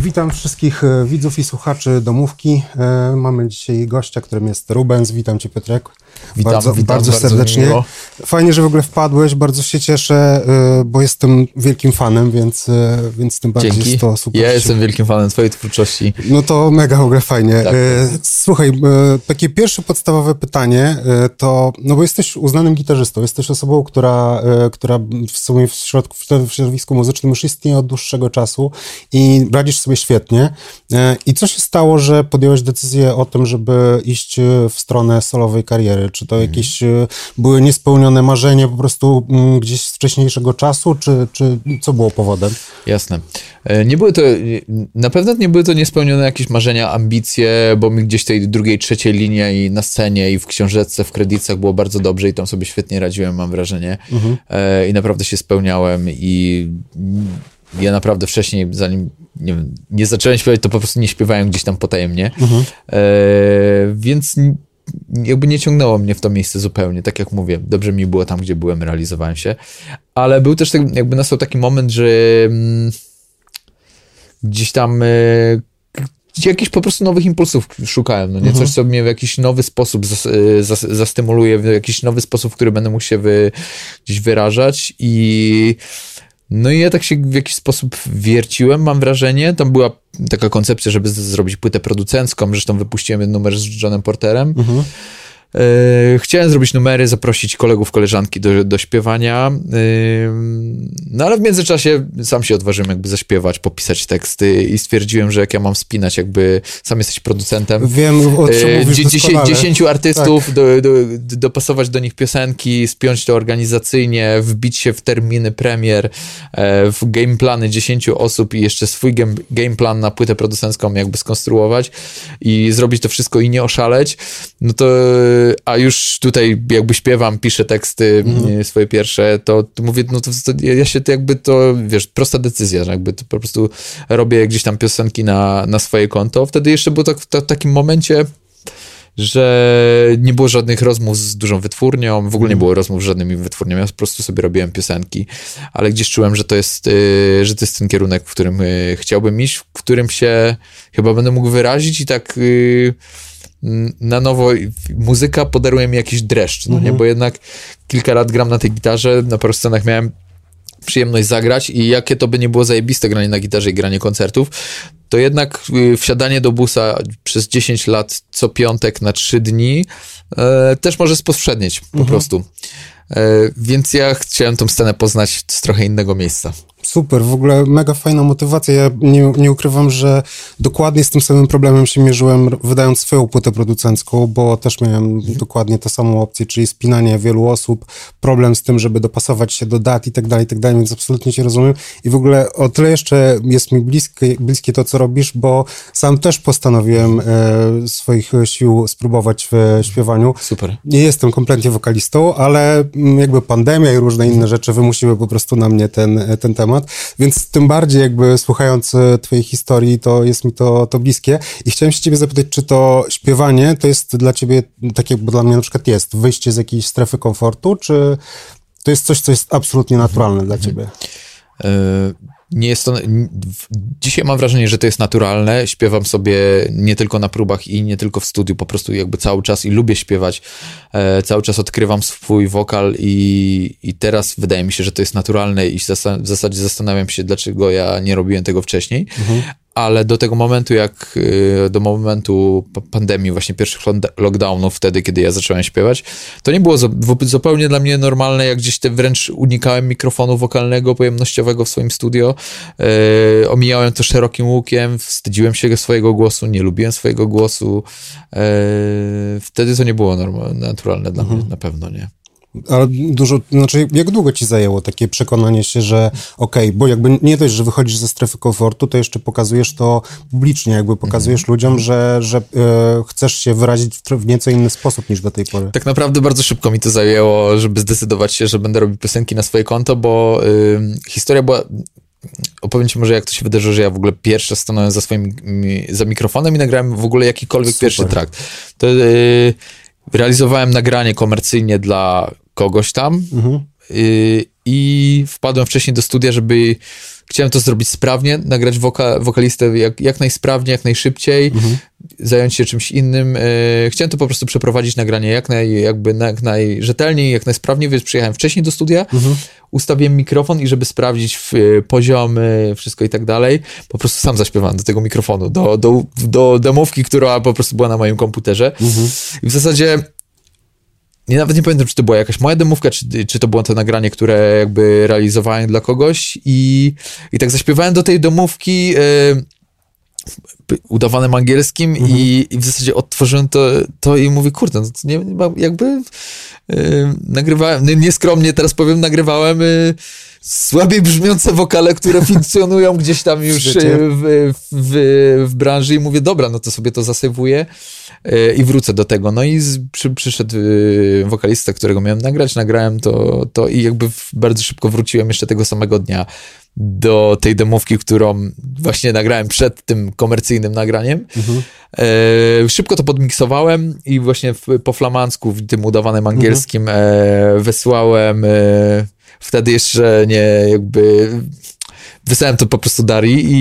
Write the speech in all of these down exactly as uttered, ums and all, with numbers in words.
Witam wszystkich widzów i słuchaczy Domówki. Mamy dzisiaj gościa, którym jest Rubens. Witam Cię, Piotrek. Witam, bardzo, witam, bardzo serdecznie. Bardzo Fajnie, że w ogóle wpadłeś, bardzo się cieszę, bo jestem wielkim fanem, więc, więc tym bardziej Dzięki. jest to super. Ja jestem wielkim fanem Twojej twórczości. No to mega w ogóle fajnie. Tak. Słuchaj, takie pierwsze podstawowe pytanie to, no bo jesteś uznanym gitarzystą, jesteś osobą, która, która w sumie w, środku, w środowisku muzycznym już istnieje od dłuższego czasu i radzisz sobie świetnie. I co się stało, że podjąłeś decyzję o tym, żeby iść w stronę solowej kariery? Czy to jakieś były niespełnione marzenia po prostu gdzieś z wcześniejszego czasu, czy, czy co było powodem? Jasne. Nie były to, na pewno nie były to niespełnione jakieś marzenia, ambicje, bo mi gdzieś tej drugiej, trzeciej linii i na scenie i w książeczce, w kredytach było bardzo dobrze i tam sobie świetnie radziłem, mam wrażenie. Mhm. I naprawdę się spełniałem i ja naprawdę wcześniej, zanim nie, wiem, nie zacząłem śpiewać, to po prostu nie śpiewałem gdzieś tam potajemnie. Mhm. E, więc jakby nie ciągnęło mnie w to miejsce zupełnie, tak jak mówię. Dobrze mi było tam, gdzie byłem, realizowałem się. Ale był też tak, jakby nastał taki moment, że mm, gdzieś tam y, jakichś po prostu nowych impulsów szukałem, no nie? Mhm. Coś, co mnie w jakiś nowy sposób zas, zas, zastymuluje, w jakiś nowy sposób, w który będę mógł się wy, gdzieś wyrażać i no i ja tak się w jakiś sposób wierciłem, mam wrażenie. Tam była taka koncepcja, żeby z- zrobić płytę producencką, zresztą wypuściłem numer z Johnem Porterem. Mhm. E, chciałem zrobić numery, zaprosić kolegów, koleżanki do, do śpiewania, e, no ale w międzyczasie sam się odważyłem jakby zaśpiewać, popisać teksty i stwierdziłem, że jak ja mam spinać, jakby sam jesteś producentem. Wiem, o czym mówisz doskonale. Dziesięciu artystów, tak. do, do, dopasować do nich piosenki, spiąć to organizacyjnie, wbić się w terminy premier, e, w gameplany dziesięciu osób i jeszcze swój game, gameplan na płytę producencką jakby skonstruować i zrobić to wszystko i nie oszaleć, no to a już tutaj jakby śpiewam, piszę teksty mm. swoje pierwsze, to, to mówię, no to, to ja się to jakby to, wiesz, prosta decyzja, że jakby to po prostu robię gdzieś tam piosenki na, na swoje konto. Wtedy jeszcze było tak, w takim momencie, że nie było żadnych rozmów z dużą wytwórnią, w ogóle nie było rozmów z żadnymi wytwórniami, ja po prostu sobie robiłem piosenki, ale gdzieś czułem, że to jest, że to jest ten kierunek, w którym chciałbym iść, w którym się chyba będę mógł wyrazić i tak na nowo muzyka podaruje mi jakiś dreszcz, no nie? Bo jednak kilka lat gram na tej gitarze, na paru scenach miałem przyjemność zagrać i jakie to by nie było zajebiste granie na gitarze i granie koncertów, to jednak wsiadanie do busa przez dziesięć lat co piątek na trzy dni e, też może sposprzednieć po mhm. prostu. E, więc ja chciałem tą scenę poznać z trochę innego miejsca. Super, w ogóle mega fajna motywacja. Ja nie, nie ukrywam, że dokładnie z tym samym problemem się mierzyłem, wydając swoją płytę producencką, bo też miałem mhm. dokładnie tę samą opcję, czyli spinanie wielu osób, problem z tym, żeby dopasować się do dat i tak dalej, i tak dalej, więc absolutnie cię rozumiem. I w ogóle o tyle jeszcze jest mi bliskie, bliskie to, co robisz, bo sam też postanowiłem e, swoich sił spróbować w śpiewaniu. Super. Nie jestem kompletnie wokalistą, ale jakby pandemia i różne inne rzeczy wymusiły po prostu na mnie ten, ten temat. Więc tym bardziej jakby słuchając twojej historii, to jest mi to, to bliskie. I chciałem się ciebie zapytać, czy to śpiewanie to jest dla ciebie, tak jak dla mnie na przykład jest, wyjście z jakiejś strefy komfortu, czy to jest coś, co jest absolutnie naturalne dla ciebie? Yy, nie jest to... Dzisiaj mam wrażenie, że to jest naturalne. Śpiewam sobie nie tylko na próbach i nie tylko w studiu, po prostu jakby cały czas i lubię śpiewać. E, cały czas odkrywam swój wokal i, i teraz wydaje mi się, że to jest naturalne i w zasadzie zastanawiam się, dlaczego ja nie robiłem tego wcześniej. Mhm. Ale do tego momentu, jak do momentu pandemii, właśnie pierwszych lockdownów, wtedy, kiedy ja zacząłem śpiewać, to nie było zupełnie dla mnie normalne, jak gdzieś te wręcz unikałem mikrofonu wokalnego, pojemnościowego w swoim studio, e, omijałem to szerokim łukiem, wstydziłem się swojego głosu, nie lubiłem swojego głosu. E, wtedy to nie było normalne, naturalne dla mhm. mnie, na pewno nie. Ale dużo, znaczy jak długo ci zajęło takie przekonanie się, że okej, okay, bo jakby nie dość, że wychodzisz ze strefy komfortu, to jeszcze pokazujesz to publicznie, jakby pokazujesz mm-hmm. ludziom, że, że e, chcesz się wyrazić w, w nieco inny sposób niż do tej pory. Tak naprawdę bardzo szybko mi to zajęło, żeby zdecydować się, że będę robił piosenki na swoje konto, bo y, historia była... Opowiem ci może, jak to się wydarzyło, że ja w ogóle pierwszy stanąłem za swoim, za mikrofonem i nagrałem w ogóle jakikolwiek Super. Pierwszy track. To y, realizowałem nagranie komercyjnie dla kogoś tam mhm. y, i wpadłem wcześniej do studia, żeby chciałem to zrobić sprawnie, nagrać woka, wokalistę jak, jak najsprawniej, jak najszybciej, mhm. zająć się czymś innym. Chciałem to po prostu przeprowadzić nagranie jak, naj, jakby na, jak najrzetelniej, jak najsprawniej, więc przyjechałem wcześniej do studia, mhm. ustawiłem mikrofon i żeby sprawdzić w, poziomy, wszystko i tak dalej, po prostu sam zaśpiewałem do tego mikrofonu, do, do, do demówki, która po prostu była na moim komputerze. Mhm. I w zasadzie nie, nawet nie pamiętam, czy to była jakaś moja demówka, czy, czy to było to nagranie, które jakby realizowałem dla kogoś i, i tak zaśpiewałem do tej demówki yy, udawanym angielskim mhm. i, i w zasadzie odtworzyłem to, to i mówię, kurde, no to nie, jakby yy, nagrywałem, nie, nieskromnie teraz powiem, nagrywałem yy, słabiej brzmiące wokale, które funkcjonują gdzieś tam już w, w, w branży i mówię, dobra, no to sobie to zasejwuję i wrócę do tego. No i z, przy, przyszedł wokalista, którego miałem nagrać, nagrałem to, to i jakby bardzo szybko wróciłem jeszcze tego samego dnia do tej demówki, którą właśnie nagrałem przed tym komercyjnym nagraniem. Mhm. E, szybko to podmiksowałem i właśnie w, po flamandzku, w tym udawanym angielskim mhm. e, wysłałem e, wtedy jeszcze nie jakby wysłałem to po prostu Darii i,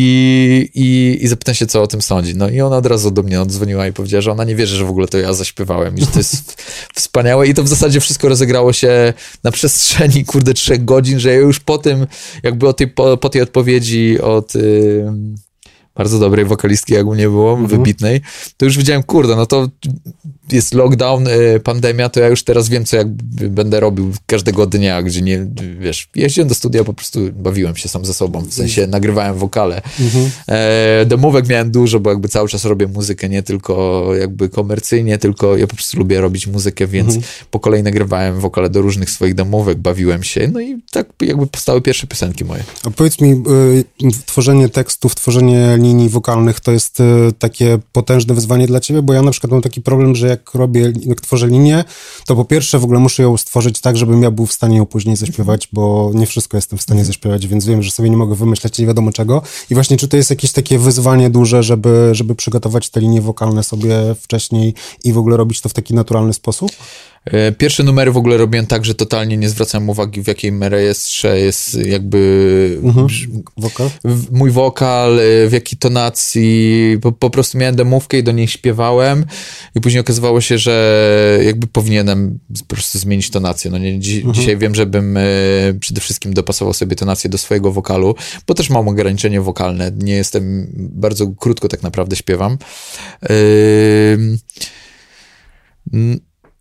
i, i zapytałem się, co o tym sądzi. No i ona od razu do mnie odzwoniła i powiedziała, że ona nie wierzy, że w ogóle to ja zaśpiewałem i że to jest wspaniałe i to w zasadzie wszystko rozegrało się na przestrzeni, kurde, trzech godzin, że ja już po tym, jakby o tej, po, po tej odpowiedzi od y, bardzo dobrej wokalistki, jak u mnie było, mhm. wybitnej, to już wiedziałem, kurde, no to jest lockdown, y, pandemia, to ja już teraz wiem, co jak będę robił każdego dnia, gdzie nie, wiesz, jeździłem do studia, po prostu bawiłem się sam ze sobą, w sensie nagrywałem wokale. Mhm. E, domówek miałem dużo, bo jakby cały czas robię muzykę, nie tylko jakby komercyjnie, tylko ja po prostu lubię robić muzykę, więc mhm. po kolei nagrywałem wokale do różnych swoich domówek, bawiłem się, no i tak jakby powstały pierwsze piosenki moje. A powiedz mi, y, tworzenie tekstów, tworzenie linii wokalnych to jest y, takie potężne wyzwanie dla ciebie, bo ja na przykład mam taki problem, że jak robię, jak tworzę linię, to po pierwsze w ogóle muszę ją stworzyć tak, żebym ja był w stanie ją później zaśpiewać, bo nie wszystko jestem w stanie zaśpiewać, więc wiem, że sobie nie mogę wymyśleć nie wiadomo czego. I właśnie czy to jest jakieś takie wyzwanie duże, żeby, żeby przygotować te linie wokalne sobie wcześniej i w ogóle robić to w taki naturalny sposób? Pierwsze numery w ogóle robiłem tak, że totalnie nie zwracałem uwagi, w jakim rejestrze jest jakby mhm. wokal? mój wokal, w jakiej tonacji. Po, po prostu miałem demówkę i do niej śpiewałem i później okazywało się, że jakby powinienem po prostu zmienić tonację. No nie, dzi- mhm. Dzisiaj wiem, żebym przede wszystkim dopasował sobie tonację do swojego wokalu, bo też mam ograniczenie wokalne. Nie jestem, bardzo krótko tak naprawdę śpiewam. Yy...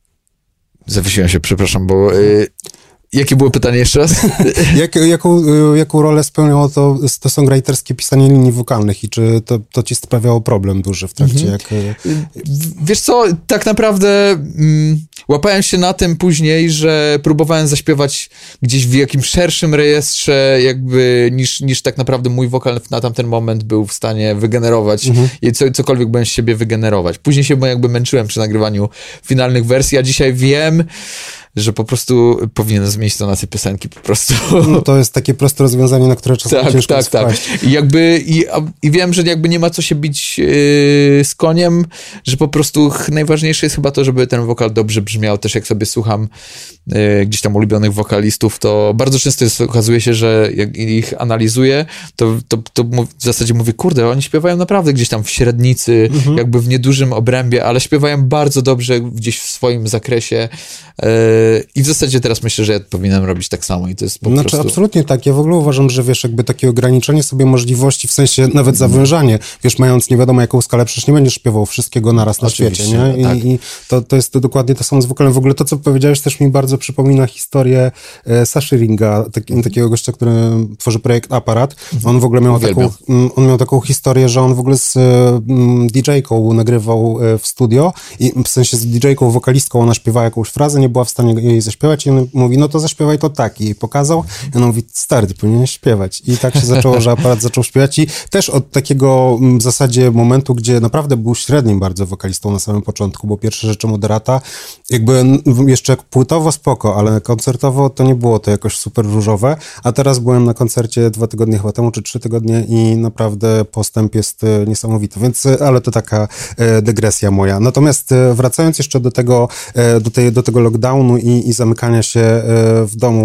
Zawiesiłem się, przepraszam, bo... Yy, jakie było pytanie jeszcze raz? Jak, jaką, jaką rolę spełniało to, to songwriterskie pisanie linii wokalnych i czy to, to ci sprawiało problem duży w trakcie? Mhm. Jak... Wiesz co, tak naprawdę mm, łapałem się na tym później, że próbowałem zaśpiewać gdzieś w jakimś szerszym rejestrze jakby niż, niż tak naprawdę mój wokal na tamten moment był w stanie wygenerować mhm. i co, cokolwiek byłem z siebie wygenerować. Później się jakby męczyłem przy nagrywaniu finalnych wersji, a dzisiaj wiem, że po prostu powinienem zmienić tonację piosenki po prostu. No to jest takie proste rozwiązanie, na które czasami tak, ciężko tak, spaść. tak. I jakby, i, i wiem, że jakby nie ma co się bić yy, z koniem, że po prostu najważniejsze jest chyba to, żeby ten wokal dobrze brzmiał. Też jak sobie słucham yy, gdzieś tam ulubionych wokalistów, to bardzo często jest, okazuje się, że jak ich analizuję, to, to, to w zasadzie mówię, kurde, oni śpiewają naprawdę gdzieś tam w średnicy, mhm. jakby w niedużym obrębie, ale śpiewają bardzo dobrze gdzieś w swoim zakresie. Yy, I w zasadzie teraz myślę, że ja powinienem robić tak samo i to jest po znaczy, prostu... absolutnie tak. Ja w ogóle uważam, że wiesz, jakby takie ograniczenie sobie możliwości, w sensie nawet zawężanie, wiesz, mając nie wiadomo jaką skalę, przecież nie będziesz śpiewał wszystkiego naraz na Oczywiście, świecie, nie? I, tak. i to, to jest to dokładnie to samo z wokalem. W ogóle to, co powiedziałeś, też mi bardzo przypomina historię e, Saszy Ringa, tak, mm. takiego gościa, który tworzy projekt Aparat. On w ogóle miał taką, on miał taką historię, że on w ogóle z mm, D J-ką nagrywał w studio i w sensie z D J-ką, wokalistką, ona śpiewała jakąś frazę, nie była w stanie jej zaśpiewać i on mówi, no to zaśpiewaj to tak. I jej pokazał i on mówi, stary, ty powinieneś śpiewać. I tak się zaczęło, że Aparat zaczął śpiewać i też od takiego w zasadzie momentu, gdzie naprawdę był średnim bardzo wokalistą na samym początku, bo pierwsze rzeczy Moderata, jakby jeszcze płytowo spoko, ale koncertowo to nie było to jakoś super różowe, a teraz byłem na koncercie dwa tygodnie chyba temu, czy trzy tygodnie i naprawdę postęp jest niesamowity, więc, ale to taka dygresja moja. Natomiast wracając jeszcze do tego, do, tej, do tego lockdownu i, i zamykania się w domu,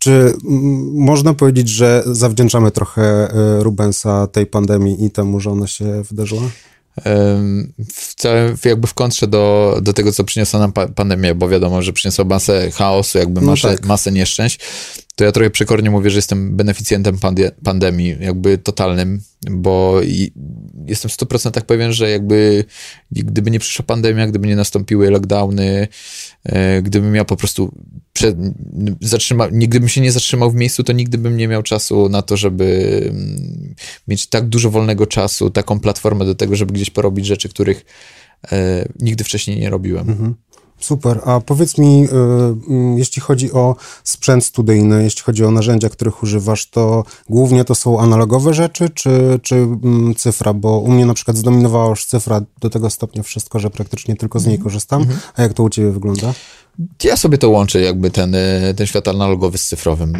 Czy m, można powiedzieć, że zawdzięczamy trochę y, Rubensa tej pandemii i temu, że ona się wydarzyła? W całym, jakby w kontrze do, do tego, co przyniosła nam pa- pandemia, bo wiadomo, że przyniosła masę chaosu, jakby masę, no tak. masę nieszczęść, to ja trochę przekornie mówię, że jestem beneficjentem pandie- pandemii, jakby totalnym, bo i, jestem w stu procentach pewien, że jakby gdyby nie przyszła pandemia, gdyby nie nastąpiły lockdowny, e, gdybym miał po prostu przed, zatrzyma, gdybym się nie zatrzymał w miejscu, to nigdy bym nie miał czasu na to, żeby mm, mieć tak dużo wolnego czasu, taką platformę do tego, żeby gdzieś porobić rzeczy, których e, nigdy wcześniej nie robiłem. Mhm. Super, a powiedz mi, y, y, jeśli chodzi o sprzęt studyjny, jeśli chodzi o narzędzia, których używasz, to głównie to są analogowe rzeczy, czy, czy y, cyfra? Bo u mnie na przykład zdominowała już cyfra do tego stopnia wszystko, że praktycznie tylko z niej korzystam. Mm-hmm. A jak to u ciebie wygląda? Ja sobie to łączę, jakby ten, ten świat analogowy z cyfrowym.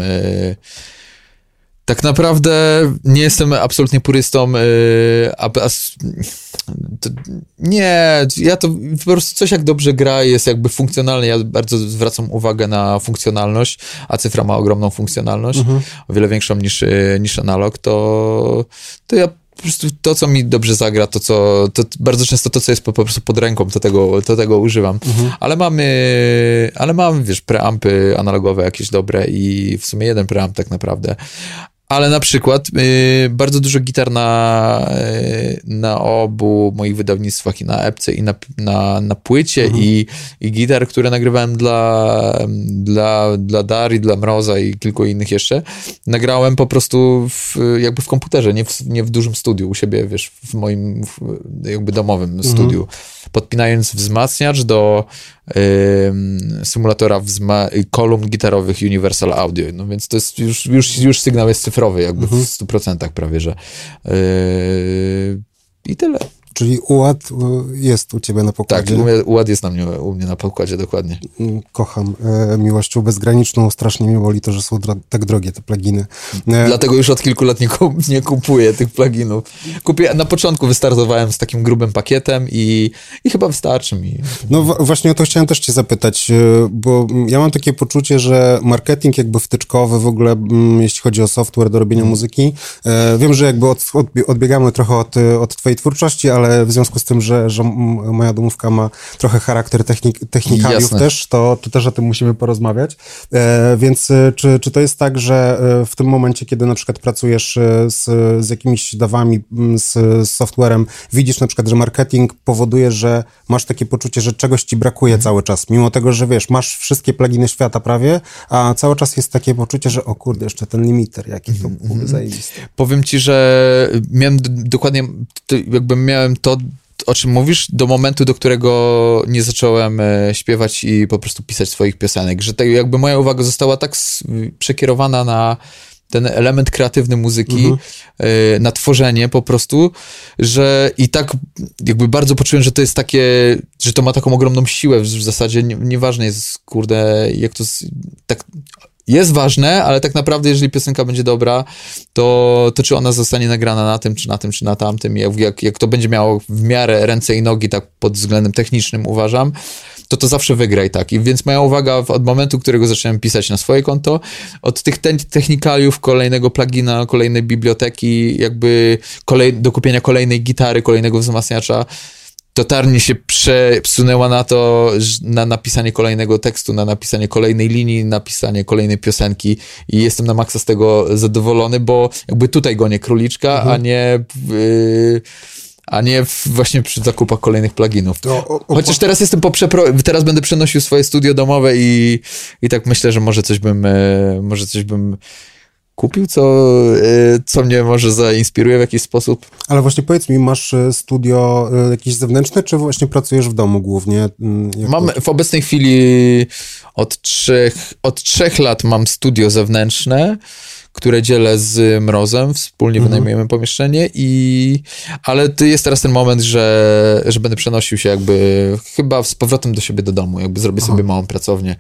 Tak naprawdę nie jestem absolutnie purystą, a, a, to, nie, ja to po prostu coś jak dobrze gra, jest jakby funkcjonalne, ja bardzo zwracam uwagę na funkcjonalność, a cyfra ma ogromną funkcjonalność, mhm. o wiele większą niż, niż analog, to, to ja po prostu to, co mi dobrze zagra, to co, to bardzo często to, co jest po, po prostu pod ręką, to tego, to tego używam. Mhm. Ale mamy, ale mamy, wiesz, preampy analogowe jakieś dobre i w sumie jeden preamp tak naprawdę. Ale na przykład y, bardzo dużo gitar na, y, na obu moich wydawnictwach, i na epce, i na, na, na płycie, mhm. i, i gitar, które nagrywałem dla, dla, dla Dari, dla Mroza i kilku innych jeszcze, nagrałem po prostu w, jakby w komputerze, nie w, nie w dużym studiu u siebie, wiesz, w moim w, jakby domowym mhm. studiu. Podpinając wzmacniacz do y, symulatora wzma- kolumn gitarowych Universal Audio. No więc to jest już, już, już sygnał jest cyfrowy, jakby mhm. w stu procentach prawie, że yy, i tyle. Czyli U A D jest u ciebie na pokładzie? Tak, U A D jest na mnie, u mnie na pokładzie, dokładnie. Kocham e, miłością bezgraniczną, strasznie mnie boli to, że są dro- tak drogie te pluginy. E, Dlatego już od kilku lat nie, kup, nie kupuję tych pluginów. Kupię, na początku wystartowałem z takim grubym pakietem i, i chyba wystarczy mi. No w- właśnie o to chciałem też cię zapytać, bo ja mam takie poczucie, że marketing jakby wtyczkowy w ogóle, m, jeśli chodzi o software do robienia hmm. muzyki, e, wiem, że jakby od, od, odbiegamy trochę od, od twojej twórczości, ale ale w związku z tym, że, że moja domówka ma trochę charakter technik, technikaliów Jasne. też, to, to też o tym musimy porozmawiać. E, więc czy, czy to jest tak, że w tym momencie, kiedy na przykład pracujesz z, z jakimiś dawami, z, z softwarem, widzisz na przykład, że marketing powoduje, że masz takie poczucie, że czegoś ci brakuje mhm. cały czas, mimo tego, że wiesz, masz wszystkie pluginy świata prawie, a cały czas jest takie poczucie, że o kurde, jeszcze ten limiter, jaki to byłby mhm. zajebisty. Powiem ci, że miałem d- dokładnie, jakby miałem to, o czym mówisz, do momentu, do którego nie zacząłem e, śpiewać i po prostu pisać swoich piosenek, że tak jakby moja uwaga została tak s- przekierowana na ten element kreatywny muzyki, mhm. e, na tworzenie po prostu, że i tak jakby bardzo poczułem, że to jest takie, że to ma taką ogromną siłę w, w zasadzie, nie, nieważne jest, kurde, jak to z, tak... Jest ważne, ale tak naprawdę, jeżeli piosenka będzie dobra, to, to czy ona zostanie nagrana na tym, czy na tym, czy na tamtym, jak, jak, jak to będzie miało w miarę ręce i nogi, tak pod względem technicznym uważam, to to zawsze wygra i tak. I więc moja uwaga od momentu, którego zacząłem pisać na swoje konto, od tych te- technikaliów, kolejnego plugina, kolejnej biblioteki, jakby kolej- do kupienia kolejnej gitary, kolejnego wzmacniacza, totalnie się przesunęła na to, na napisanie kolejnego tekstu, na napisanie kolejnej linii, napisanie kolejnej piosenki i jestem na maksa z tego zadowolony, bo jakby tutaj gonię króliczka, mhm. a nie yy, a nie w, właśnie przy zakupach kolejnych pluginów. To, o, o, Chociaż teraz jestem po przepro- teraz będę przenosił swoje studio domowe i, i tak myślę, że może coś bym yy, może coś bym kupił, co, co mnie może zainspiruje w jakiś sposób. Ale właśnie powiedz mi, masz studio jakieś zewnętrzne, czy właśnie pracujesz w domu głównie? Jak mam to... w obecnej chwili od trzech, od trzech lat mam studio zewnętrzne, które dzielę z Mrozem, wspólnie mhm. wynajmujemy pomieszczenie i ale to jest teraz ten moment, że, że będę przenosił się jakby chyba z powrotem do siebie do domu, jakby zrobię Aha. sobie małą pracownię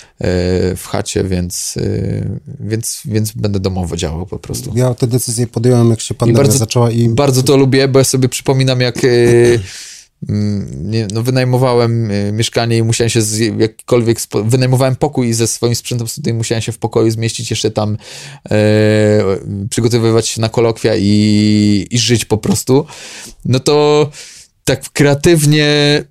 w chacie, więc, więc, więc będę domowo działał po prostu. Ja tę decyzję podjąłem, jak się pandemia I bardzo, zaczęła i... Bardzo to lubię, bo ja sobie przypominam, jak nie, no wynajmowałem mieszkanie i musiałem się z jakkolwiek, spo, wynajmowałem pokój i ze swoim sprzętem studyjnym musiałem się w pokoju zmieścić, jeszcze tam e, przygotowywać się na kolokwia i, i żyć po prostu, no to tak kreatywnie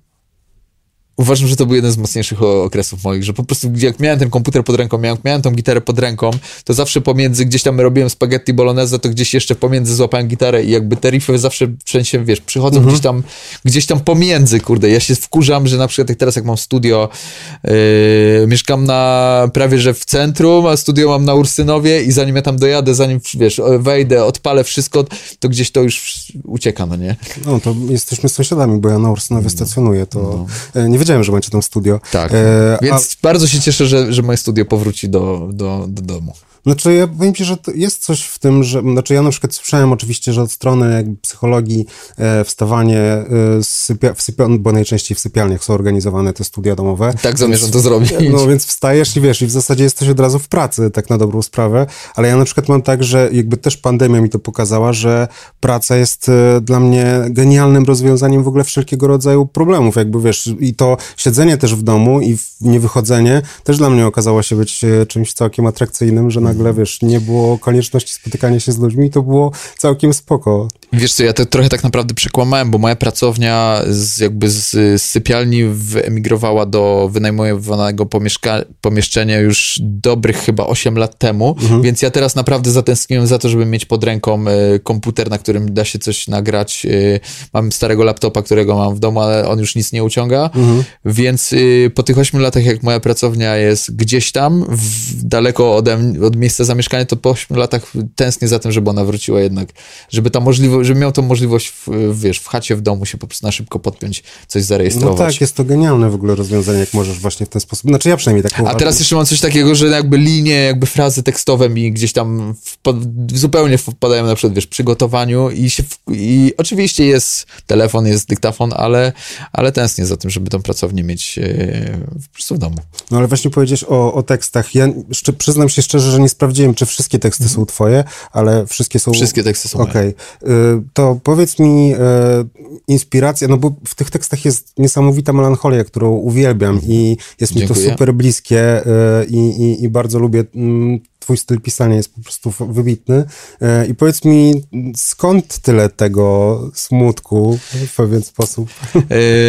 uważam, że to był jeden z mocniejszych okresów moich, że po prostu jak miałem ten komputer pod ręką, miałem, miałem tą gitarę pod ręką, to zawsze pomiędzy, gdzieś tam robiłem spaghetti bolognese, to gdzieś jeszcze pomiędzy złapałem gitarę i jakby te riffy zawsze w sensie, wiesz, przychodzą mhm. gdzieś tam, gdzieś tam pomiędzy, kurde. Ja się wkurzam, że na przykład jak teraz jak mam studio, yy, mieszkam na prawie, że w centrum, a studio mam na Ursynowie i zanim ja tam dojadę, zanim, wiesz, wejdę, odpalę wszystko, to gdzieś to już ucieka, no nie? No to jesteśmy sąsiadami, bo ja na Ursynowie no. stacjonuję, to no. nie wiedziałem, że macie tam studio. Tak, e, więc a... bardzo się cieszę, że, że moje studio powróci do, do, do domu. Znaczy, ja powiem ci, że jest coś w tym, że, znaczy ja na przykład słyszałem oczywiście, że od strony jakby psychologii e, wstawanie e, sypia, w sypia, bo najczęściej w sypialniach są organizowane te studia domowe. Tak zamierzam więc, to zrobić. No więc wstajesz i wiesz, i w zasadzie jesteś od razu w pracy, tak na dobrą sprawę, ale ja na przykład mam tak, że jakby też pandemia mi to pokazała, że praca jest e, dla mnie genialnym rozwiązaniem w ogóle wszelkiego rodzaju problemów, jakby wiesz, i to siedzenie też w domu i niewychodzenie też dla mnie okazało się być e, czymś całkiem atrakcyjnym, że nagle, wiesz, nie było konieczności spotykania się z ludźmi i to było całkiem spoko. Wiesz co, ja to trochę tak naprawdę przekłamałem, bo moja pracownia z, jakby z, z sypialni wyemigrowała do wynajmowanego pomieszka- pomieszczenia już dobrych chyba osiem lat temu, mhm. więc ja teraz naprawdę zatęskniłem za to, żeby mieć pod ręką y, komputer, na którym da się coś nagrać. Y, mam starego laptopa, którego mam w domu, ale on już nic nie uciąga, mhm. więc y, po tych ośmiu latach, jak moja pracownia jest gdzieś tam, w, daleko ode, od miejsca zamieszkania, to po ośmiu latach tęsknię za tym, żeby ona wróciła jednak, żeby ta możliwość, żeby miał tą możliwość, w, wiesz, w chacie, w domu się po prostu na szybko podpiąć, coś zarejestrować. No tak, jest to genialne w ogóle rozwiązanie, jak możesz właśnie w ten sposób, znaczy ja przynajmniej tak uważam. A teraz jeszcze mam coś takiego, że jakby linie, jakby frazy tekstowe mi gdzieś tam wpad, zupełnie wpadają na przykład, wiesz, w przygotowaniu i się, w, i oczywiście jest telefon, jest dyktafon, ale, ale tęsknię za tym, żeby tą pracownię mieć e, po prostu w domu. No ale właśnie powiedziałeś o, o tekstach. Ja jeszcze, przyznam się szczerze, że nie sprawdziłem, czy wszystkie teksty mhm. są twoje, ale wszystkie są... Wszystkie teksty są Okej. Okay. To powiedz mi, e, inspiracja, no bo w tych tekstach jest niesamowita melancholia, którą uwielbiam i jest mi Dziękuję. to super bliskie e, i, i, i bardzo lubię. M, twój styl pisania jest po prostu wybitny. E, I powiedz mi, skąd tyle tego smutku w pewien sposób? E,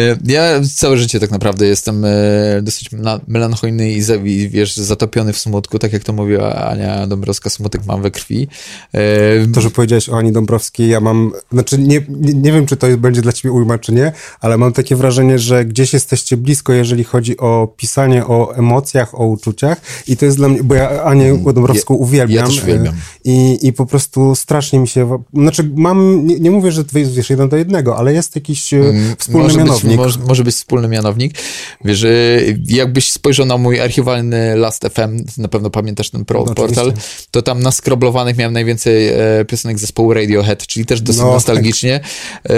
ja całe życie tak naprawdę jestem e, dosyć melancholijny i, za, i wiesz, zatopiony w smutku, tak jak to mówiła Ania Dąbrowska, smutek mam we krwi. E, to, że powiedziałeś o Ani Dąbrowskiej, ja mam, znaczy nie, nie, nie wiem, czy to będzie dla ciebie ujma, czy nie, ale mam takie wrażenie, że gdzieś jesteście blisko, jeżeli chodzi o pisanie o emocjach, o uczuciach i to jest dla mnie, bo ja Anię Dąbrowską ja, uwielbiam. Ja też uwielbiam. I, I po prostu strasznie mi się, znaczy mam, nie, nie mówię, że to jest wiesz, jeden do jednego, ale jest jakiś mm, wspólny może mianownik. Być, może, może być wspólny mianownik. Wiesz, jakbyś spojrzał na mój archiwalny Last F M, na pewno pamiętasz ten pro, no, portal, oczywiście. To tam na skroblowanych miałem najwięcej e, piosenek zespołu Radiohead, czyli też dosyć no, nostalgicznie. Tak. E,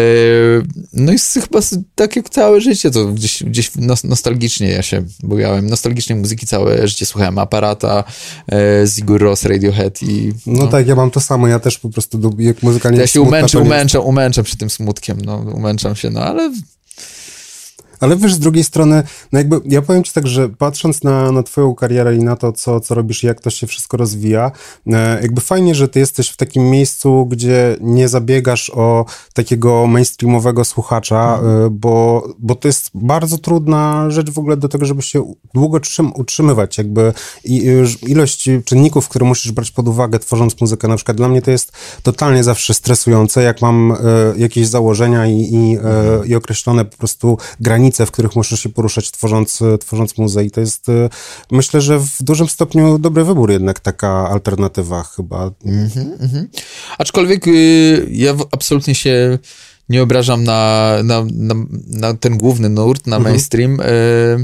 no i chyba tak jak całe życie, to gdzieś, gdzieś nostalgicznie ja się bujałem. Nostalgicznej muzyki całe życie słuchałem. Aparata, e, Sigur Rós, Radiohead i... No, no tak, ja mam to samo, ja też po prostu, jak muzyka nie ja jest się smutna, umęczam, nie... umęczam, umęczam się tym smutkiem, no, umęczam się, no, ale... Ale wiesz, z drugiej strony, no jakby, ja powiem ci tak, że patrząc na, na twoją karierę i na to, co, co robisz i jak to się wszystko rozwija, e, jakby fajnie, że ty jesteś w takim miejscu, gdzie nie zabiegasz o takiego mainstreamowego słuchacza, e, bo, bo to jest bardzo trudna rzecz w ogóle do tego, żeby się długo trzym, utrzymywać, jakby i, ilość czynników, które musisz brać pod uwagę, tworząc muzykę, na przykład dla mnie to jest totalnie zawsze stresujące, jak mam e, jakieś założenia i, i, e, i określone po prostu granice, w których musisz się poruszać, tworząc, tworząc muzę. I to jest, myślę, że w dużym stopniu dobry wybór jednak, taka alternatywa chyba. Mm-hmm, mm-hmm. Aczkolwiek y, ja absolutnie się nie obrażam na, na, na, na ten główny nurt, na mm-hmm. mainstream. Y,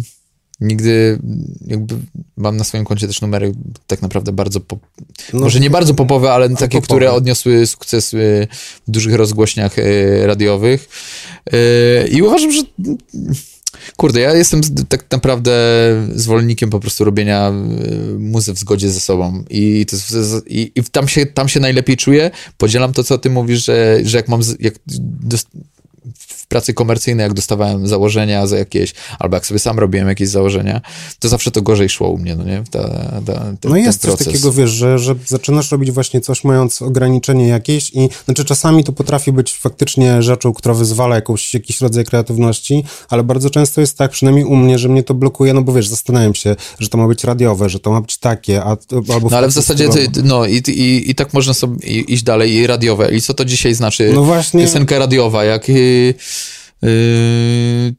nigdy jakby mam na swoim koncie też numery tak naprawdę bardzo, pop... no, może nie bardzo popowe, ale takie, popowe. Które odniosły sukces w dużych rozgłośniach radiowych. I uważam, że kurde, ja jestem tak naprawdę zwolennikiem po prostu robienia muzy w zgodzie ze sobą i, to jest, i, i tam, się, tam się najlepiej czuję. Podzielam to, co ty mówisz, że, że jak mam jak w pracy komercyjnej, jak dostawałem założenia za jakieś, albo jak sobie sam robiłem jakieś założenia, to zawsze to gorzej szło u mnie, no nie? Ta, ta, ta, no jest coś takiego, wiesz, że, że zaczynasz robić właśnie coś mając ograniczenie jakieś i znaczy czasami to potrafi być faktycznie rzeczą, która wyzwala jakąś, jakiś rodzaj kreatywności, ale bardzo często jest tak, przynajmniej u mnie, że mnie to blokuje, no bo wiesz, zastanawiam się, że to ma być radiowe, że to ma być takie, a, albo... No ale w zasadzie, ty, no i, i, i tak można sobie iść dalej, i radiowe. I co to dzisiaj znaczy? No właśnie... Piosenka radiowa, jak... Yy, yy,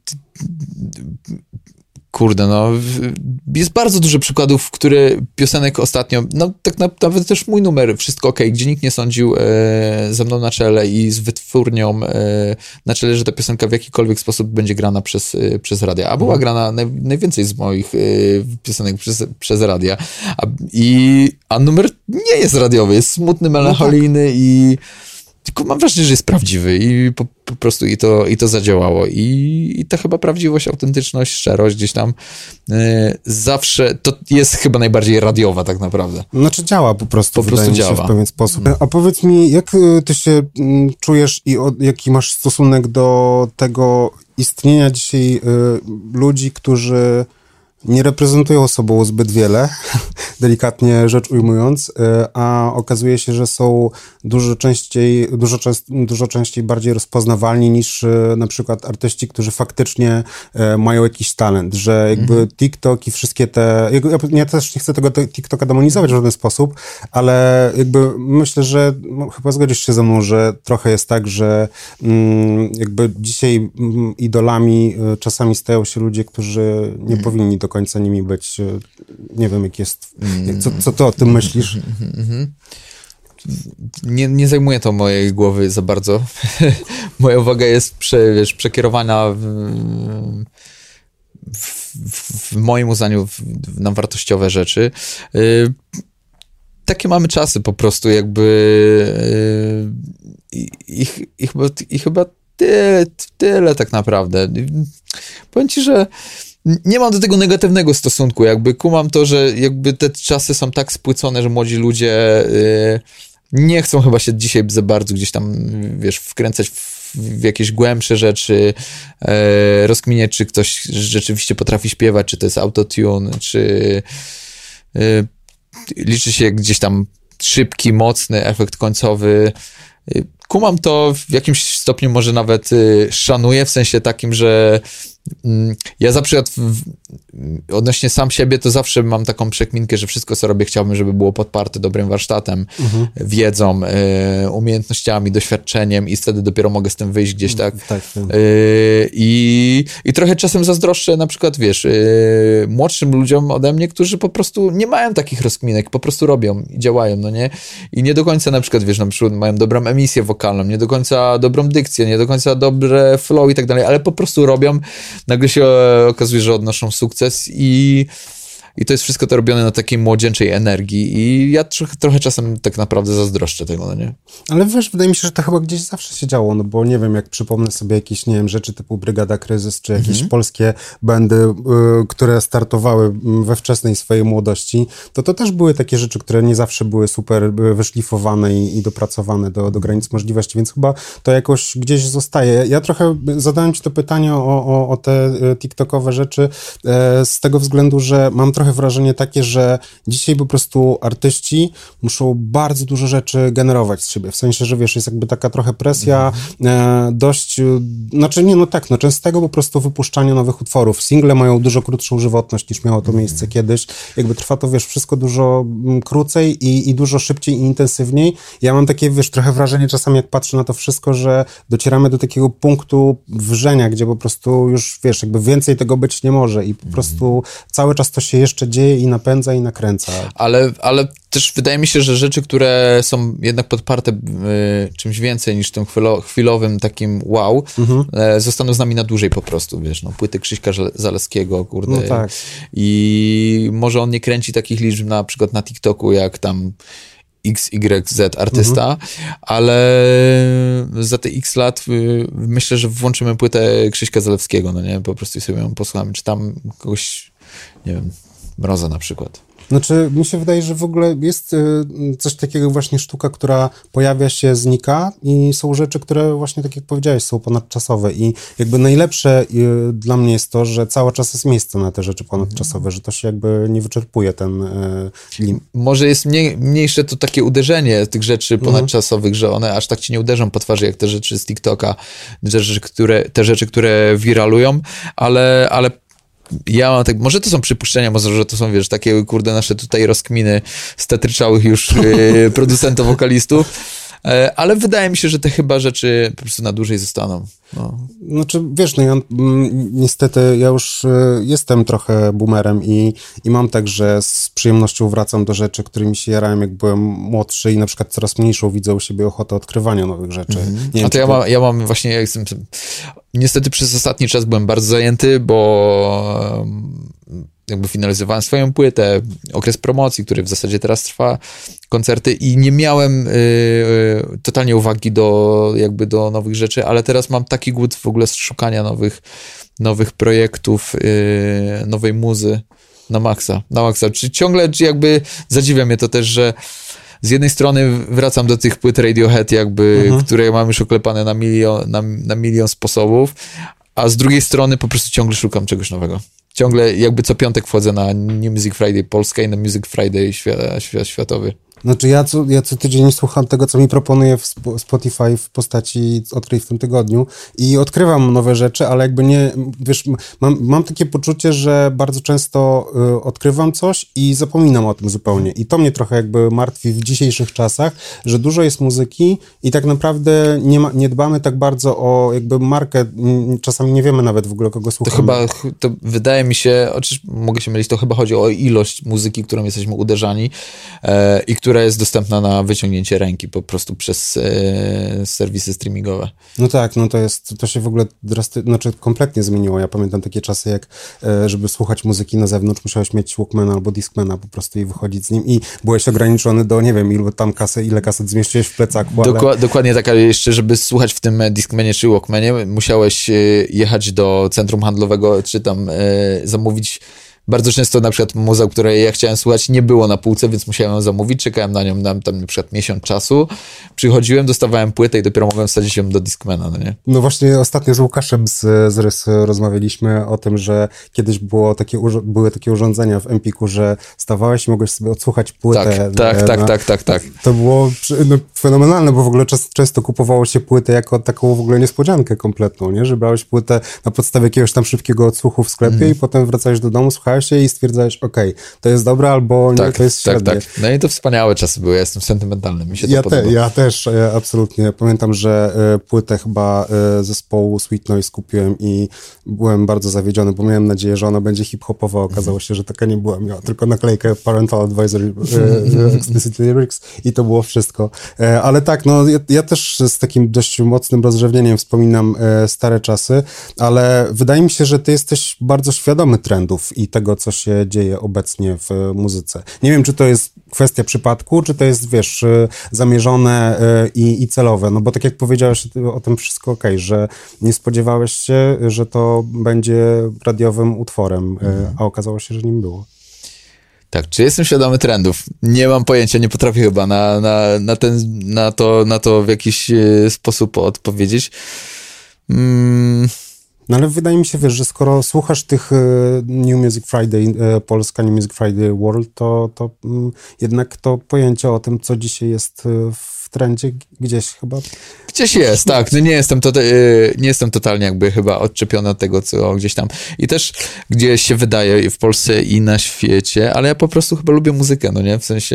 kurde, no, jest bardzo dużo przykładów, które piosenek ostatnio, no tak na, nawet też mój numer, Wszystko okej, gdzie nikt nie sądził e, ze mną na czele i z wytwórnią e, na czele, że ta piosenka w jakikolwiek sposób będzie grana przez, e, przez radia, a była grana naj, najwięcej z moich e, piosenek przez, przez radia, a, i, a numer nie jest radiowy, jest smutny, melancholijny no tak. i tylko mam wrażenie, że jest prawdziwy i po, po prostu i to, i to zadziałało. I, I ta chyba prawdziwość, autentyczność, szczerość gdzieś tam yy, zawsze, to jest chyba najbardziej radiowa tak naprawdę. Znaczy działa po prostu, po prostu działa. w pewien sposób. A powiedz mi, jak ty się czujesz i od, jaki masz stosunek do tego istnienia dzisiaj y, ludzi, którzy nie reprezentują sobą zbyt wiele, delikatnie rzecz ujmując, a okazuje się, że są dużo częściej, dużo, częst, dużo częściej bardziej rozpoznawalni niż na przykład artyści, którzy faktycznie mają jakiś talent, że jakby mhm. TikTok i wszystkie te... Ja też nie chcę tego TikToka demonizować w żaden sposób, ale jakby myślę, że no, chyba zgodzisz się ze mną, że trochę jest tak, że mm, jakby dzisiaj mm, idolami czasami stają się ludzie, którzy nie mhm. powinni do końca nimi być. Nie wiem, jak jest... Co, co ty o tym myślisz? Nie, nie zajmuje to mojej głowy za bardzo. Moja uwaga jest prze, wiesz, przekierowana w, w, w moim uznaniu w, na wartościowe rzeczy. Takie mamy czasy po prostu jakby i, i, i, chyba, i chyba tyle, tyle tak naprawdę. Powiem ci, że nie mam do tego negatywnego stosunku, jakby kumam to, że jakby te czasy są tak spłycone, że młodzi ludzie yy, nie chcą chyba się dzisiaj za bardzo gdzieś tam, wiesz, wkręcać w, w jakieś głębsze rzeczy, yy, rozkminiać, czy ktoś rzeczywiście potrafi śpiewać, czy to jest autotune, czy yy, liczy się gdzieś tam szybki, mocny efekt końcowy. Yy, kumam to w jakimś stopniu może nawet yy, szanuję, w sensie takim, że ja za przykład w, odnośnie sam siebie to zawsze mam taką przekminkę, że wszystko co robię chciałbym, żeby było podparte dobrym warsztatem, mhm. wiedzą, y, umiejętnościami, doświadczeniem i wtedy dopiero mogę z tym wyjść gdzieś tak. tak, tak. Y, i, I trochę czasem zazdroszczę na przykład, wiesz, y, młodszym ludziom ode mnie, którzy po prostu nie mają takich rozkminek, po prostu robią i działają, no nie? I nie do końca na przykład, wiesz, na przykład mają dobrą emisję wokalną, nie do końca dobrą dykcję, nie do końca dobre flow i tak dalej, ale po prostu robią. Nagle się okazuje, że odnoszą sukces i, i to jest wszystko to robione na takiej młodzieńczej energii i ja trochę, trochę czasem tak naprawdę zazdroszczę tego, no nie? Ale wiesz, wydaje mi się, że to chyba gdzieś zawsze się działo, no bo nie wiem, jak przypomnę sobie jakieś, nie wiem, rzeczy typu Brygada Kryzys, czy jakieś mhm. polskie bandy, y, które startowały we wczesnej swojej młodości, to to też były takie rzeczy, które nie zawsze były super wyszlifowane i, i dopracowane do, do granic możliwości, więc chyba to jakoś gdzieś zostaje. Ja trochę zadałem ci to pytanie o, o, o te tiktokowe rzeczy e, z tego względu, że mam trochę wrażenie takie, że dzisiaj po prostu artyści muszą bardzo dużo rzeczy generować z siebie, w sensie, że wiesz, jest jakby taka trochę presja, e, dość, znaczy nie, no tak, no częstego po prostu wypuszczania nowych utworów. Single mają dużo krótszą żywotność niż miało to miejsce kiedyś. Jakby trwa to, wiesz, wszystko dużo krócej i, i dużo szybciej i intensywniej. Ja mam takie, wiesz, trochę wrażenie czasami, jak patrzę na to wszystko, że docieramy do takiego punktu wrzenia, gdzie po prostu już, wiesz, jakby więcej tego być nie może i po prostu cały czas to się jeszcze dzieje i napędza i nakręca. Ale, ale też wydaje mi się, że rzeczy, które są jednak podparte y, czymś więcej niż tym chwilo, chwilowym takim wow, mhm. e, zostaną z nami na dłużej po prostu, wiesz, no, płyty Krzyśka Zaleskiego, kurde. No tak. I może on nie kręci takich liczb na przykład na TikToku, jak tam X Y Z artysta, mhm. ale za te X lat y, myślę, że włączymy płytę Krzyśka Zalewskiego, no nie, po prostu sobie ją posłuchamy, czy tam kogoś, nie wiem, Mroza na przykład. Znaczy, mi się wydaje, że w ogóle jest coś takiego właśnie sztuka, która pojawia się, znika i są rzeczy, które właśnie, tak jak powiedziałeś, są ponadczasowe i jakby najlepsze dla mnie jest to, że cały czas jest miejsce na te rzeczy ponadczasowe, że to się jakby nie wyczerpuje ten lim. Może jest mniej, mniejsze to takie uderzenie tych rzeczy ponadczasowych, mhm. że one aż tak ci nie uderzą po twarzy, jak te rzeczy z TikToka, te rzeczy, które, te rzeczy, które wiralują, ale, ale ja mam tak, może to są przypuszczenia, może że to są, wiesz, takie, kurde, nasze tutaj rozkminy stetryczałych już yy, producentów, wokalistów, yy, ale wydaje mi się, że te chyba rzeczy po prostu na dłużej zostaną. No. Znaczy, wiesz, no ja niestety, ja już jestem trochę boomerem i, i mam tak, że z przyjemnością wracam do rzeczy, którymi się jarałem, jak byłem młodszy i na przykład coraz mniejszą widzę u siebie ochotę odkrywania nowych rzeczy. Mm-hmm. Nie A wiem, to ja, to... Mam, ja mam właśnie, ja jestem, niestety przez ostatni czas byłem bardzo zajęty, bo jakby finalizowałem swoją płytę, okres promocji, który w zasadzie teraz trwa, koncerty i nie miałem y, y, totalnie uwagi do jakby do nowych rzeczy, ale teraz mam taki głód w ogóle z szukania nowych, nowych projektów, y, nowej muzy na maksa, na maksa. Czy ciągle czy jakby zadziwia mnie to też, że z jednej strony wracam do tych płyt Radiohead jakby, mhm. które mam już oklepane na milion, na, na milion sposobów, a z drugiej strony po prostu ciągle szukam czegoś nowego. Ciągle jakby co piątek wchodzę na New Music Friday Polska i na Music Friday świat, świat, światowy. Znaczy ja co, ja co tydzień słucham tego, co mi proponuje w Spotify w postaci odkryj w tym tygodniu i odkrywam nowe rzeczy, ale jakby nie, wiesz, mam, mam takie poczucie, że bardzo często y, odkrywam coś i zapominam o tym zupełnie i to mnie trochę jakby martwi w dzisiejszych czasach, że dużo jest muzyki i tak naprawdę nie, ma, nie dbamy tak bardzo o jakby markę, czasami nie wiemy nawet w ogóle, kogo słuchamy. To chyba, to wydaje mi się, oczywiście mogę się mylić, to chyba chodzi o ilość muzyki, którą jesteśmy uderzani e, i która jest dostępna na wyciągnięcie ręki po prostu przez e, serwisy streamingowe. No tak, no to jest, to się w ogóle drasty- znaczy kompletnie zmieniło. Ja pamiętam takie czasy, jak e, żeby słuchać muzyki na zewnątrz, musiałeś mieć Walkmana albo Discmana po prostu i wychodzić z nim i byłeś ograniczony do, nie wiem, ile tam kasy, ile kaset zmieściłeś w plecaku, ale... Dokła- dokładnie tak, ale jeszcze, żeby słuchać w tym Discmanie czy Walkmanie, musiałeś e, jechać do centrum handlowego, czy tam e, zamówić. Bardzo często na przykład muza, której ja chciałem słuchać, nie było na półce, więc musiałem ją zamówić, czekałem na nią na, tam na przykład miesiąc czasu, przychodziłem, dostawałem płynę i dopiero mogłem wsadzić ją do Discmana, no nie? No właśnie ostatnio z Łukaszem z, z Rys rozmawialiśmy o tym, że kiedyś było takie, były takie urządzenia w Empiku, że stawałeś i mogłeś sobie odsłuchać płytę. Tak, tak, na, tak, tak, tak, tak. To było no, fenomenalne, bo w ogóle czas, często kupowało się płytę jako taką w ogóle niespodziankę kompletną, nie? Że brałeś płytę na podstawie jakiegoś tam szybkiego odsłuchu w sklepie mm. i potem wracałeś do domu, słuchałeś się i stwierdzałeś, okej, okay, to jest dobre albo tak, nie, to jest średnie. Tak, tak. No i to wspaniałe czasy były, ja jestem sentymentalny, mi się to ja podoba. Te, ja też, ja absolutnie. Pamiętam, że y, płytę chyba y, zespołu Sweet Noise kupiłem i byłem bardzo zawiedziony, bo miałem nadzieję, że ona będzie hip-hopowa. Okazało się, że taka nie była. Miała tylko naklejkę Parental Advisory y, Explicit Lyrics i to było wszystko. Y, ale tak, no ja, ja też z takim dość mocnym rozrzewnieniem wspominam y, stare czasy, ale wydaje mi się, że ty jesteś bardzo świadomy trendów i tego, co się dzieje obecnie w muzyce. Nie wiem, czy to jest kwestia przypadku, czy to jest, wiesz, zamierzone i, i celowe, no bo tak jak powiedziałeś o tym wszystko okej, okay, że nie spodziewałeś się, że to będzie radiowym utworem, mhm. a okazało się, że nim było. Tak, czy jestem świadomy trendów? Nie mam pojęcia, nie potrafię chyba na, na, na, ten, na, to, na to w jakiś sposób odpowiedzieć. Mm. No ale wydaje mi się, wiesz, że skoro słuchasz tych New Music Friday, Polska New Music Friday World, to, to jednak to pojęcie o tym, co dzisiaj jest w trendzie, gdzieś chyba... Gdzieś jest, tak. No nie jestem, to, nie jestem totalnie jakby chyba odczepiony od tego, co gdzieś tam. I też gdzieś się wydaje w Polsce i na świecie, ale ja po prostu chyba lubię muzykę, no nie? W sensie...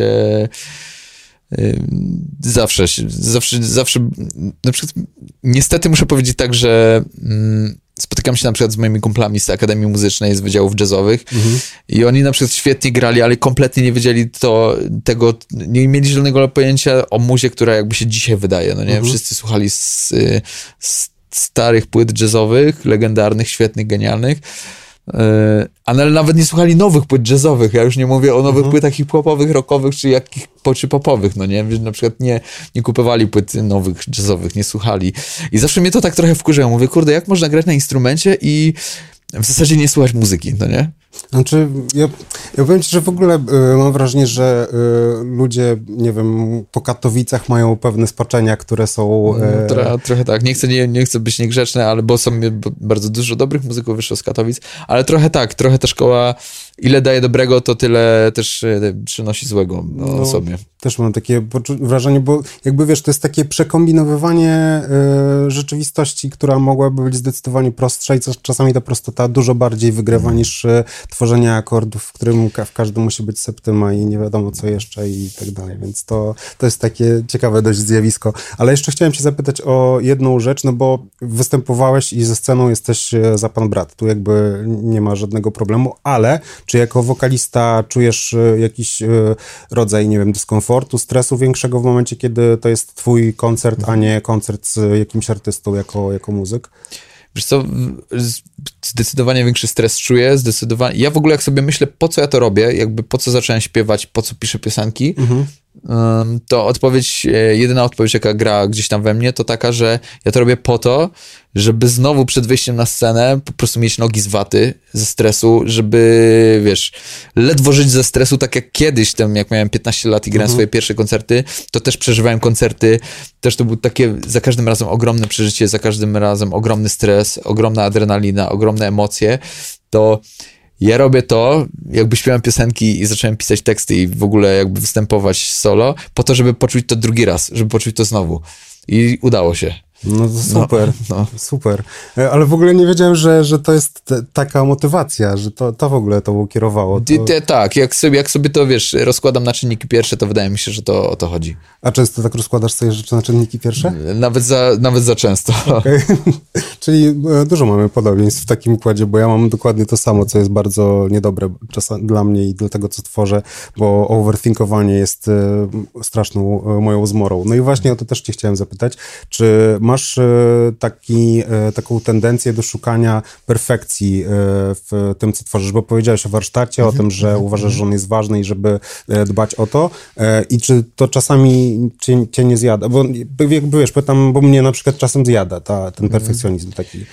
Zawsze, zawsze, zawsze, na przykład, niestety muszę powiedzieć tak, że mm, spotykam się na przykład z moimi kumplami z Akademii Muzycznej, z wydziałów jazzowych mhm. i oni na przykład świetnie grali, ale kompletnie nie wiedzieli to, tego, nie mieli żadnego pojęcia o muzie, która jakby się dzisiaj wydaje, no nie? Mhm. Wszyscy słuchali z, z starych płyt jazzowych, legendarnych, świetnych, genialnych, ale nawet nie słuchali nowych płyt jazzowych. Ja już nie mówię o nowych mhm. płytach hip-hopowych, rockowych, czy jakich czy popowych, no nie? Na przykład nie, nie kupowali płyt nowych jazzowych, nie słuchali. I zawsze mnie to tak trochę wkurzało. Mówię, kurde, jak można grać na instrumencie i w zasadzie nie słuchać muzyki, no nie? Znaczy, ja, ja powiem ci, że w ogóle y, mam wrażenie, że y, ludzie, nie wiem, po Katowicach mają pewne spaczenia, które są... Y... No, trochę, trochę tak. Nie chcę, nie, nie chcę być niegrzeczny, ale bo są bo bardzo dużo dobrych muzyków wyszło z Katowic, ale trochę tak, trochę ta szkoła, ile daje dobrego, to tyle też y, przynosi złego no, no, sobie. Też mam takie wrażenie, bo jakby wiesz, to jest takie przekombinowywanie y, rzeczywistości, która mogłaby być zdecydowanie prostsza i czasami ta prostota dużo bardziej wygrywa mm. niż y, tworzenie akordów, w którym w każdym musi być septyma i nie wiadomo co jeszcze i tak dalej, więc to, to jest takie ciekawe dość zjawisko. Ale jeszcze chciałem cię zapytać o jedną rzecz, no bo występowałeś i ze sceną jesteś za pan brat, tu jakby nie ma żadnego problemu, ale czy jako wokalista czujesz jakiś y, rodzaj, nie wiem, dyskomfortu, stresu większego w momencie, kiedy to jest twój koncert, a nie koncert z jakimś artystą jako, jako muzyk? Wiesz co, zdecydowanie większy stres czuję, zdecydowanie. Ja w ogóle jak sobie myślę, po co ja to robię, jakby po co zacząłem śpiewać, po co piszę piosenki, mhm. to odpowiedź, jedyna odpowiedź, jaka gra gdzieś tam we mnie, to taka, że ja to robię po to, żeby znowu przed wyjściem na scenę po prostu mieć nogi z waty, ze stresu, żeby, wiesz, ledwo żyć ze stresu, tak jak kiedyś, tam jak miałem piętnaście lat i grałem mhm. swoje pierwsze koncerty, to też przeżywałem koncerty, też to był takie za każdym razem ogromne przeżycie, za każdym razem ogromny stres, ogromna adrenalina, ogromne emocje, to ja robię to, jakby śpiewam piosenki i zacząłem pisać teksty i w ogóle jakby występować solo, po to, żeby poczuć to drugi raz, żeby poczuć to znowu. I udało się. No to super, no, no. super. Ale w ogóle nie wiedziałem, że, że to jest t- taka motywacja, że to, to w ogóle to kierowało. To... Ty, ty, tak, jak sobie, jak sobie to, wiesz, rozkładam na czynniki pierwsze, to wydaje mi się, że to o to chodzi. A często tak rozkładasz sobie rzeczy na czynniki pierwsze? Nawet za, nawet za często. Okay. Czyli dużo mamy podobieństw w takim układzie, bo ja mam dokładnie to samo, co jest bardzo niedobre czasem dla mnie i dla tego, co tworzę, bo overthinkowanie jest straszną moją zmorą. No i właśnie o to też cię chciałem zapytać, czy masz taki, taką tendencję do szukania perfekcji w tym, co tworzysz, bo powiedziałeś o warsztacie, mm-hmm. o tym, że uważasz, że on jest ważny i żeby dbać o to i czy to czasami cię, cię nie zjada, bo jakby wiesz, pytam, bo mnie na przykład czasem zjada ta, ten perfekcjonizm taki.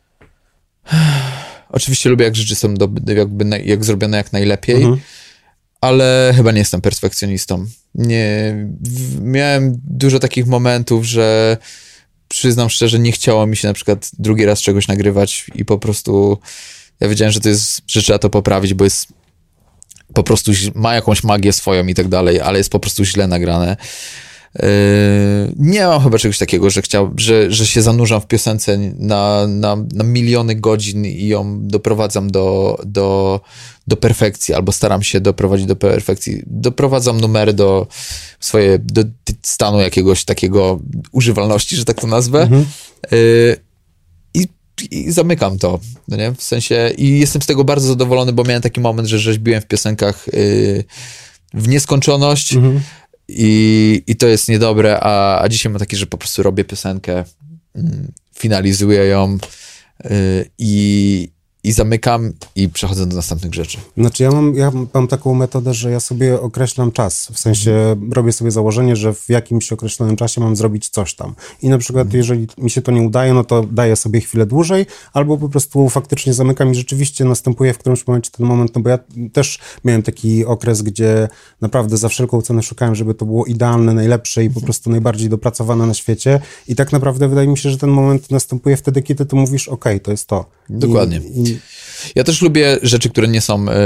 Oczywiście lubię, jak rzeczy są do, jakby jak zrobione jak najlepiej, mm-hmm. ale chyba nie jestem perfekcjonistą. Nie, miałem dużo takich momentów, że przyznam szczerze, nie chciało mi się na przykład drugi raz czegoś nagrywać i po prostu ja wiedziałem, że to jest, że trzeba to poprawić, bo jest po prostu, ma jakąś magię swoją i tak dalej, ale jest po prostu źle nagrane. Yy, nie mam chyba czegoś takiego, że chciał, że, że się zanurzam w piosence na, na, na miliony godzin i ją doprowadzam do, do, do perfekcji, albo staram się doprowadzić do perfekcji. Doprowadzam numery do swoje, do stanu jakiegoś takiego używalności, że tak to nazwę. Mhm. Yy, i, I zamykam to, no nie? W sensie, i jestem z tego bardzo zadowolony, bo miałem taki moment, że rzeźbiłem w piosenkach yy, w nieskończoność. Mhm. I, I to jest niedobre, a, a dzisiaj mam takie, że po prostu robię piosenkę, mm, finalizuję ją yy, i, i zamykam i przechodzę do następnych rzeczy. Znaczy ja mam, ja mam taką metodę, że ja sobie określam czas, w sensie mm. robię sobie założenie, że w jakimś określonym czasie mam zrobić coś tam. I na przykład mm. jeżeli mi się to nie udaje, no to daję sobie chwilę dłużej, albo po prostu faktycznie zamykam i rzeczywiście następuje w którymś momencie ten moment, no bo ja też miałem taki okres, gdzie naprawdę za wszelką cenę szukałem, żeby to było idealne, najlepsze i po prostu najbardziej dopracowane na świecie i tak naprawdę wydaje mi się, że ten moment następuje wtedy, kiedy ty mówisz, okej, okay, to jest to. Dokładnie. I, i... Ja też lubię rzeczy, które nie są yy,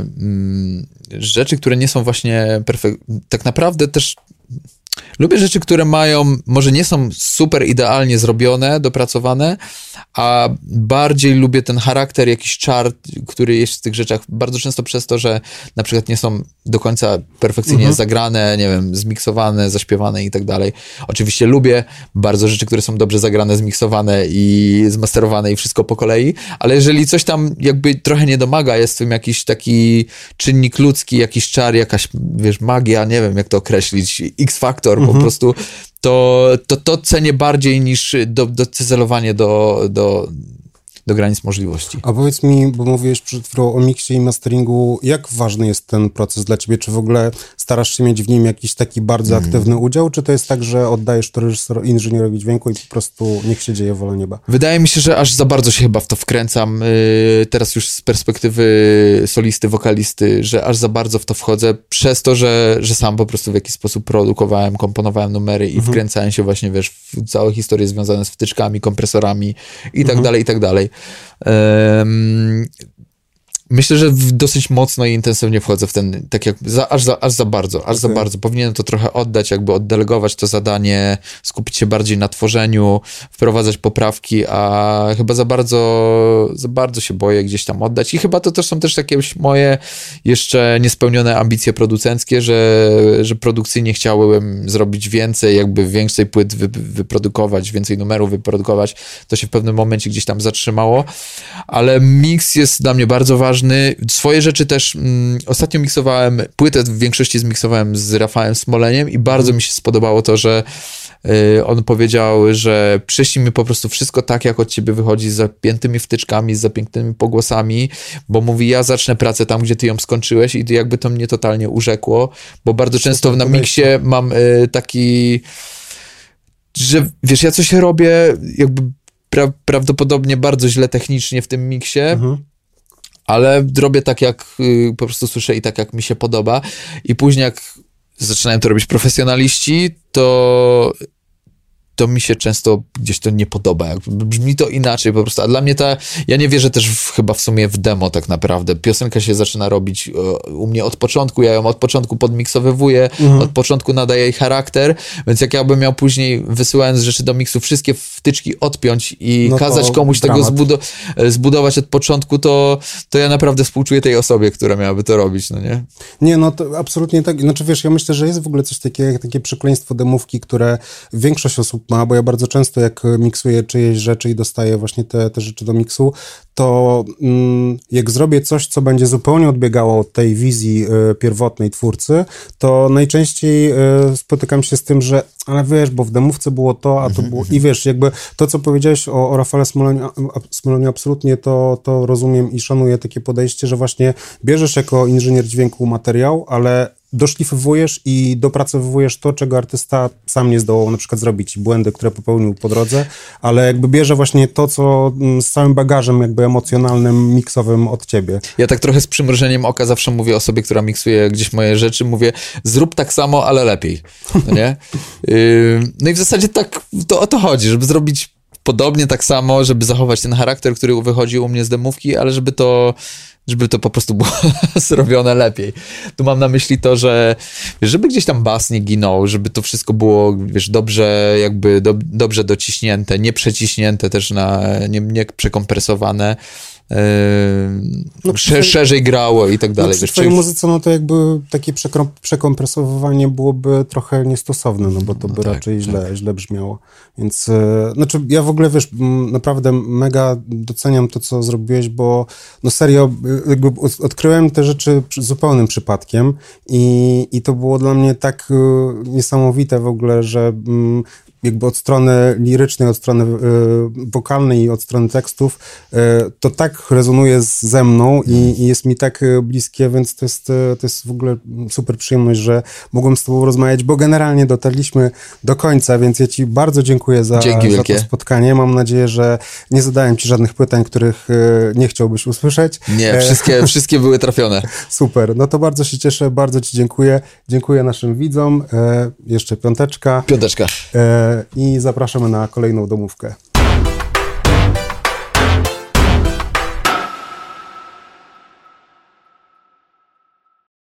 yy, rzeczy, które nie są właśnie perfekcyjne. Tak naprawdę też lubię rzeczy, które mają, może nie są super idealnie zrobione, dopracowane, a bardziej lubię ten charakter, jakiś czar, który jest w tych rzeczach, bardzo często przez to, że na przykład nie są do końca perfekcyjnie mhm. zagrane, nie wiem, zmiksowane, zaśpiewane i tak dalej. Oczywiście lubię bardzo rzeczy, które są dobrze zagrane, zmiksowane i zmasterowane i wszystko po kolei, ale jeżeli coś tam jakby trochę nie domaga, jest w tym jakiś taki czynnik ludzki, jakiś czar, jakaś, wiesz, magia, nie wiem jak to określić, X-faktor mhm. po prostu, to, to to cenię bardziej niż do, docyzelowanie do, do, do granic możliwości. A powiedz mi, bo mówiłeś przed chwilą o miksie i masteringu, jak ważny jest ten proces dla ciebie? Czy w ogóle starasz się mieć w nim jakiś taki bardzo mm. aktywny udział, czy to jest tak, że oddajesz to reżyserowi, inżynierowi dźwięku i po prostu niech się dzieje wola nieba? Wydaje mi się, że aż za bardzo się chyba w to wkręcam, yy, teraz już z perspektywy solisty, wokalisty, że aż za bardzo w to wchodzę, przez to, że, że sam po prostu w jakiś sposób produkowałem, komponowałem numery i mhm. wkręcałem się właśnie, wiesz, w całe historie związane z wtyczkami, kompresorami i tak mhm. dalej, i tak dalej. Um, Myślę, że dosyć mocno i intensywnie wchodzę w ten, tak jak, za, aż, za, aż za bardzo, aż okay. za bardzo. Powinienem to trochę oddać, jakby oddelegować to zadanie, skupić się bardziej na tworzeniu, wprowadzać poprawki, a chyba za bardzo, za bardzo się boję gdzieś tam oddać i chyba to też są też takie moje jeszcze niespełnione ambicje producenckie, że, że produkcyjnie chciałbym zrobić więcej, jakby więcej płyt wy, wyprodukować, więcej numerów wyprodukować. To się w pewnym momencie gdzieś tam zatrzymało, ale mix jest dla mnie bardzo ważny. Swoje rzeczy też, mm, ostatnio miksowałem, płytę w większości zmiksowałem z Rafałem Smoleniem i bardzo mi się spodobało to, że y, on powiedział, że przyślij mi po prostu wszystko tak, jak od ciebie wychodzi, z zapiętymi wtyczkami, z zapiętymi pogłosami, bo mówi, ja zacznę pracę tam, gdzie ty ją skończyłeś i jakby to mnie totalnie urzekło, bo bardzo często na miksie mam y, taki, że wiesz, ja coś robię jakby pra- prawdopodobnie bardzo źle technicznie w tym miksie, mhm. ale robię tak, jak y, po prostu słyszę i tak, jak mi się podoba. I później, jak zaczynają to robić profesjonaliści, to to mi się często gdzieś to nie podoba. Brzmi to inaczej po prostu. A dla mnie ta... Ja nie wierzę też w, chyba w sumie w demo tak naprawdę. Piosenka się zaczyna robić u mnie od początku. Ja ją od początku podmiksowywuję, mhm. od początku nadaję jej charakter, więc jak ja bym miał później, wysyłając rzeczy do miksu, wszystkie wtyczki odpiąć i no kazać komuś dramat. tego zbudo- zbudować od początku, to, to ja naprawdę współczuję tej osobie, która miałaby to robić, no nie? Nie, no to absolutnie tak. Znaczy wiesz, ja myślę, że jest w ogóle coś takiego, jak takie przekleństwo demówki, które większość osób ma, bo ja bardzo często jak miksuję czyjeś rzeczy i dostaję właśnie te, te rzeczy do miksu, to mm, jak zrobię coś, co będzie zupełnie odbiegało od tej wizji y, pierwotnej twórcy, to najczęściej y, spotykam się z tym, że ale wiesz, bo w demówce było to, a to było... I wiesz, jakby to, co powiedziałeś o, o Rafale Smoleniu, Smoleniu absolutnie to, to rozumiem i szanuję takie podejście, że właśnie bierzesz jako inżynier dźwięku materiał, ale doszlifowujesz i dopracowujesz to, czego artysta sam nie zdołał na przykład zrobić, błędy, które popełnił po drodze, ale jakby bierze właśnie to, co z całym bagażem jakby emocjonalnym, miksowym od ciebie. Ja tak trochę z przymrużeniem oka zawsze mówię osobie, która miksuje gdzieś moje rzeczy, mówię, zrób tak samo, ale lepiej, no nie? No i w zasadzie tak to o to chodzi, żeby zrobić podobnie tak samo, żeby zachować ten charakter, który wychodzi u mnie z demówki, ale żeby to żeby to po prostu było zrobione lepiej. Tu mam na myśli to, że żeby gdzieś tam bas nie ginął, żeby to wszystko było, wiesz, dobrze jakby do, dobrze dociśnięte, nie przeciśnięte też na, nie, nie przekompresowane, Yy, no, sze, szerzej grało i tak dalej. No, przy twojej muzyce, no to jakby takie przekrom- przekompresowywanie byłoby trochę niestosowne, no bo to by no tak, raczej źle, tak. źle brzmiało. Więc, yy, znaczy ja w ogóle, wiesz, m, naprawdę mega doceniam to, co zrobiłeś, bo no serio, jakby odkryłem te rzeczy zupełnym przypadkiem i, i to było dla mnie tak yy, niesamowite w ogóle, że yy, jakby od strony lirycznej, od strony y, wokalnej i od strony tekstów, y, to tak rezonuje z, ze mną i, i jest mi tak y, bliskie, więc to jest, y, to jest w ogóle super przyjemność, że mogłem z tobą rozmawiać, bo generalnie dotarliśmy do końca, więc ja ci bardzo dziękuję za, za to spotkanie. Mam nadzieję, że nie zadałem ci żadnych pytań, których y, nie chciałbyś usłyszeć. Nie, wszystkie, wszystkie były trafione. Super, no to bardzo się cieszę, bardzo ci dziękuję. Dziękuję naszym widzom. E, jeszcze piąteczka. Piąteczka. E, I zapraszamy na kolejną domówkę.